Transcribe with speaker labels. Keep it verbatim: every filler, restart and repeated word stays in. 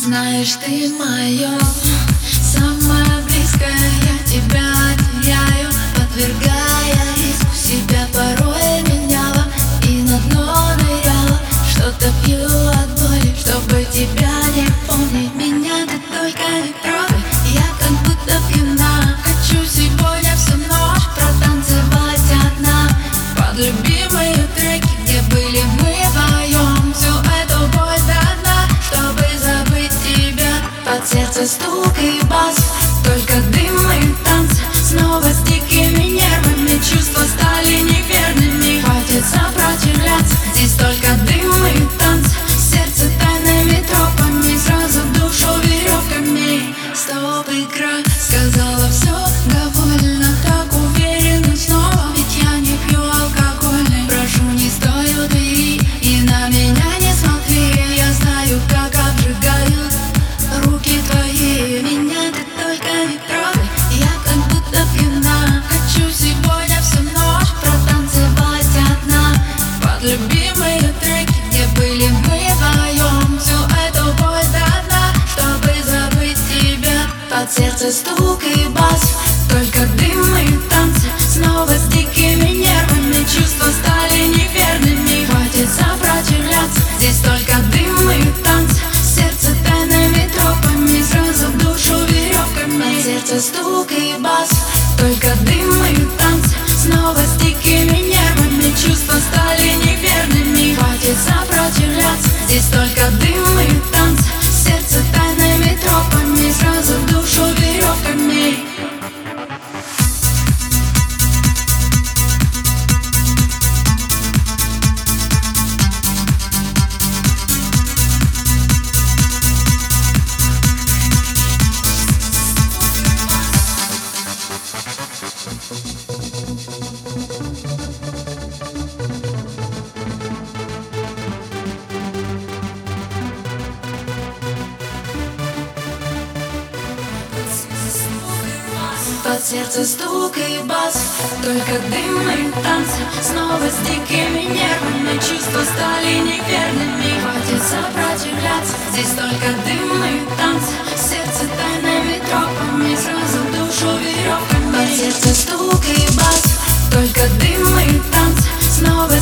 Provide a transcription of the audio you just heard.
Speaker 1: Знаешь, ты мое самое близкое, я тебя теряю, подвергая риску себя. Порой меняла и на дно ныряла, что-то пью от боли, чтобы тебя не помнить. Меня ты только не трогай, я как будто пьяна. Хочу сегодня всю ночь протанцевать одна под любимые треки, где были мы вдвоем. Всю эту боль до дна, чтобы забыть тебя. Под сердце стук и бас, только дым и танцы. Снова с дикими нервами чувства стали неверными. Хватит сопротивляться, здесь только дым и танцы. Сердце тайными тропами, сразу в душу веревками. Стоп, игра, сказала все довольно, так уверенно снова. Ведь я не пью алкогольный. Прошу, не стой у двери и на меня не смотри. Я знаю, как обжигают руки твои. Меня ты только не трогай, я как будто пьяна. Хочу сегодня всю ночь протанцевать одна под любимые треки, где были мы вдвоем. Всю эту боль до дна, чтобы забыть тебя. Под сердце стук и бас, только дым и танцы. Снова с дикими нервами чувства стали неверными. Хватит сопротивляться, здесь только дым и танцы. Сердце тайными тропами, сразу в душу веревками. Под сердце стук и бас, только дым и танцы. Снова с дикими нервами чувства стали неверными. Хватит сопротивляться, здесь только дым и танцы. Сердце тайными тропами, сразу в душу веревками. Под сердце стук и бас, только дым и танцы. Снова с дикими нервами чувства стали неверными. Хватит сопротивляться, здесь только дым и танцы. Сердце тайными тропами, сразу в душу веревками. Под сердце стук и бас, только дым и танцы. Снова